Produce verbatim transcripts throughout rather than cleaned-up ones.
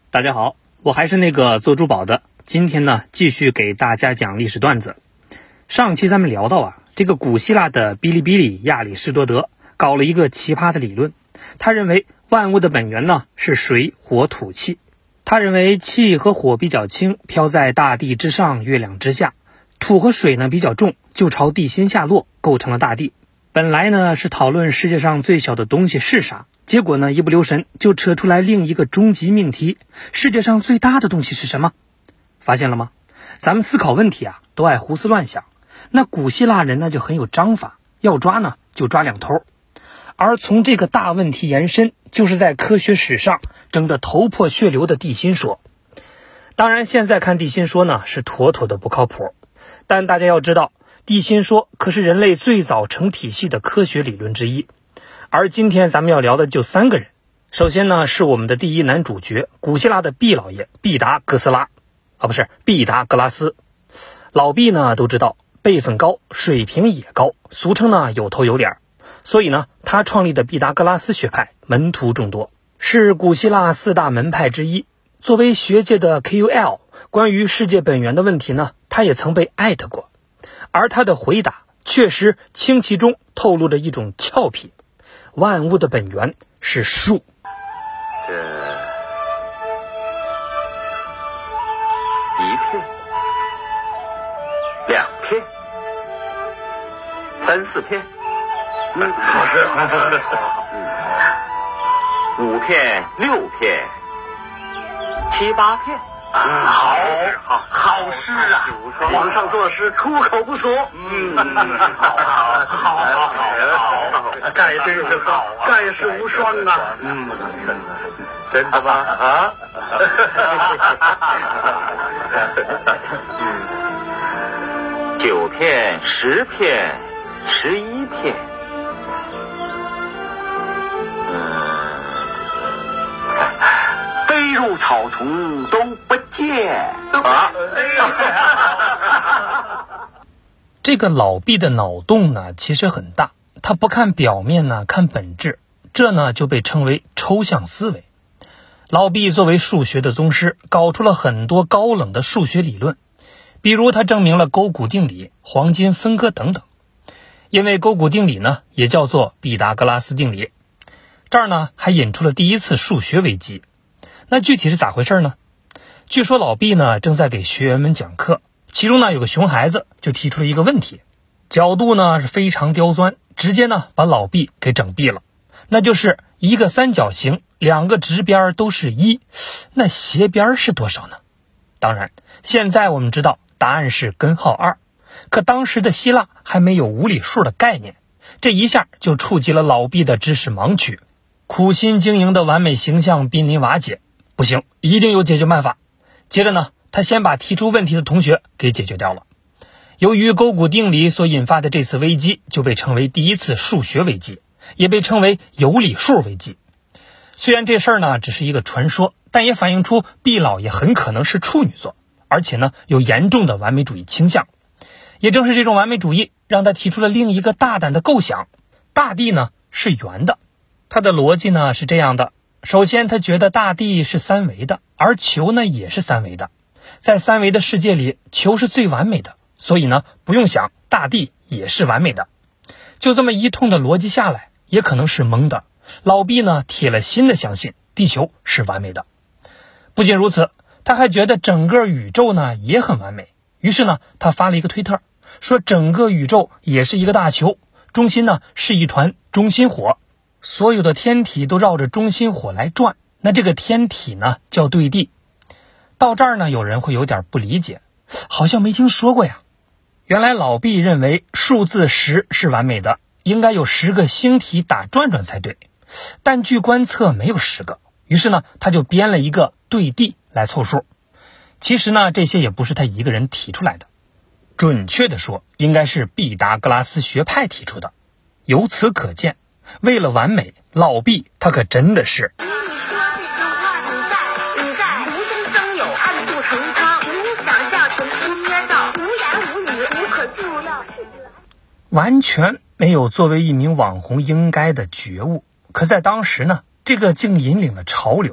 大家好，我还是那个做珠宝的。今天呢，继续给大家讲历史段子。上期咱们聊到啊，这个古希腊的哔哩哔哩亚里士多德搞了一个奇葩的理论，他认为万物的本源呢是水火土气。他认为气和火比较轻，飘在大地之上，月亮之下；土和水呢比较重，就朝地心下落，构成了大地。本来呢是讨论世界上最小的东西是啥，结果呢一不留神就扯出来另一个终极命题：世界上最大的东西是什么？发现了吗？咱们思考问题啊都爱胡思乱想，那古希腊人呢就很有章法，要抓呢就抓两头。而从这个大问题延伸，就是在科学史上争得头破血流的地心说。当然现在看地心说呢是妥妥的不靠谱，但大家要知道，地心说可是人类最早成体系的科学理论之一。而今天咱们要聊的就三个人。首先呢是我们的第一男主角，古希腊的毕老爷毕达哥斯拉啊，不是毕达哥拉斯。老毕呢都知道，辈分高，水平也高，俗称呢有头有脸，所以呢他创立的毕达哥拉斯学派门徒众多，是古希腊四大门派之一。作为学界的 K O L， 关于世界本源的问题呢，他也曾被艾特过，而他的回答确实清奇中透露着一种俏皮。万物的本源是树。 这一片、两片、三四片，嗯，好事，好事，嗯，五片、六片、七八片。嗯，好，好，好诗啊！皇上作诗出口不俗。嗯，好，好，好，好，好，盖世是好，盖世无双啊！嗯，真的吗？啊？嗯，九片、十片、十一片。飞入草丛都不见啊！ 这个老毕的脑洞呢其实很大，他不看表面呢，看本质，这呢就被称为抽象思维。老毕作为数学的宗师，搞出了很多高冷的数学理论，比如他证明了勾股定理、黄金分割等等。因为勾股定理呢也叫做毕达哥拉斯定理，这儿呢还引出了第一次数学危机。那具体是咋回事呢？据说老毕呢正在给学员们讲课，其中呢有个熊孩子就提出了一个问题，角度呢是非常刁钻，直接呢把老毕给整毙了。那就是一个三角形，两个直边都是一，那斜边是多少呢？当然现在我们知道答案是根号二，可当时的希腊还没有无理数的概念，这一下就触及了老毕的知识盲区，苦心经营的完美形象濒临瓦解。不行，一定有解决办法。接着呢，他先把提出问题的同学给解决掉了。由于勾股定理所引发的这次危机，就被称为第一次数学危机，也被称为有理数危机。虽然这事儿呢只是一个传说，但也反映出毕老爷很可能是处女座，而且呢有严重的完美主义倾向。也正是这种完美主义，让他提出了另一个大胆的构想：大地呢是圆的。他的逻辑呢是这样的。首先他觉得大地是三维的，而球呢也是三维的，在三维的世界里，球是最完美的，所以呢不用想，大地也是完美的。就这么一通的逻辑下来，也可能是蒙的，老毕呢铁了心的相信地球是完美的。不仅如此，他还觉得整个宇宙呢也很完美，于是呢他发了一个推特，说整个宇宙也是一个大球，中心呢是一团中心火，所有的天体都绕着中心火来转，那这个天体呢叫对地。到这儿呢有人会有点不理解，好像没听说过呀。原来老毕认为数字十是完美的，应该有十个星体打转转才对，但据观测没有十个，于是呢他就编了一个对地来凑数。其实呢这些也不是他一个人提出来的，准确的说应该是毕达哥拉斯学派提出的。由此可见，为了完美，老毕他可真的是完全没有作为一名网红应该的觉悟。可在当时呢，这个竟引领了潮流，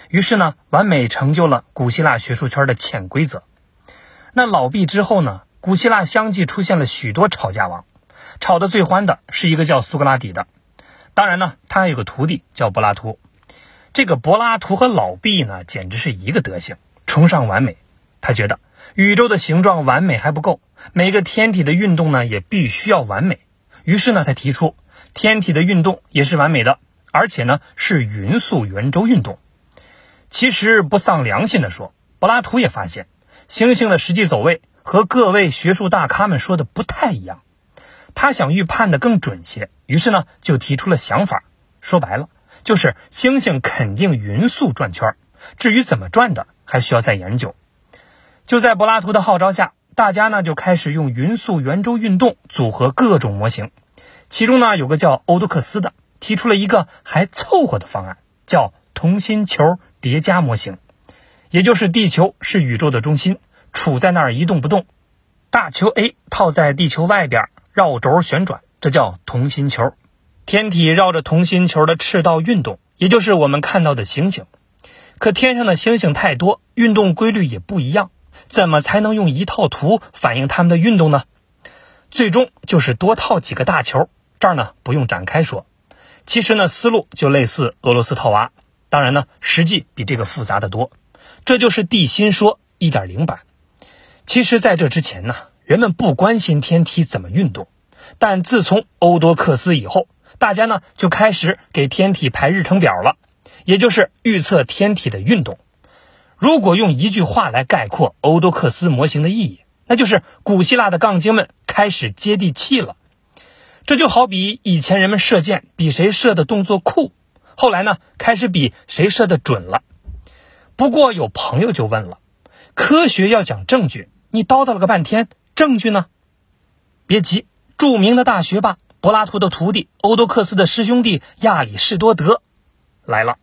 于是呢，完美成就了古希腊学术圈的潜规则。那老毕之后呢，古希腊相继出现了许多吵架王，吵得最欢的是一个叫苏格拉底的。当然呢，他还有个徒弟叫柏拉图。这个柏拉图和老毕呢，简直是一个德行，崇尚完美。他觉得宇宙的形状完美还不够，每个天体的运动呢也必须要完美。于是呢，他提出天体的运动也是完美的，而且呢是匀速圆周运动。其实不丧良心的说，柏拉图也发现星星的实际走位和各位学术大咖们说的不太一样。他想预判的更准些，于是呢就提出了想法，说白了就是星星肯定匀速转圈，至于怎么转的还需要再研究。就在柏拉图的号召下，大家呢就开始用匀速圆周运动组合各种模型。其中呢有个叫欧多克斯的提出了一个还凑合的方案，叫同心球叠加模型，也就是地球是宇宙的中心，处在那儿一动不动，大球 A 套在地球外边绕轴旋转，这叫同心球。天体绕着同心球的赤道运动，也就是我们看到的星星。可天上的星星太多，运动规律也不一样，怎么才能用一套图反映它们的运动呢？最终就是多套几个大球，这儿呢不用展开说。其实呢思路就类似俄罗斯套娃，当然呢实际比这个复杂得多。这就是地心说 一点零 版。其实在这之前呢，人们不关心天体怎么运动，但自从欧多克斯以后，大家呢就开始给天体排日程表了，也就是预测天体的运动。如果用一句话来概括欧多克斯模型的意义，那就是古希腊的杠精们开始接地气了。这就好比以前人们射箭比谁射的动作酷，后来呢开始比谁射的准了。不过有朋友就问了，科学要讲证据，你叨叨了个半天，证据呢？别急，著名的大学霸柏拉图的徒弟欧多克斯的师兄弟亚里士多德来了。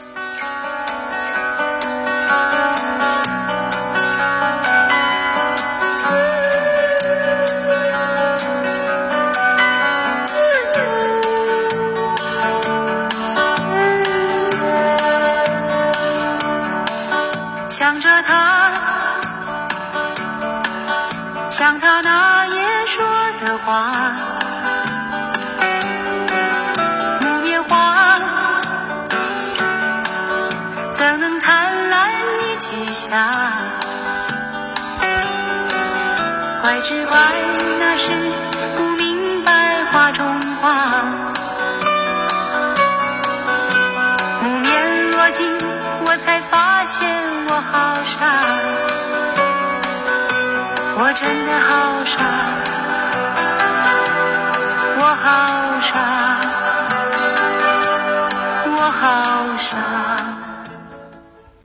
想着他，像他那夜说的话，木棉花怎能灿烂一起下？怪只怪那时不明白画中画，木棉落尽，我才发现我好傻，我真的好傻，我好傻。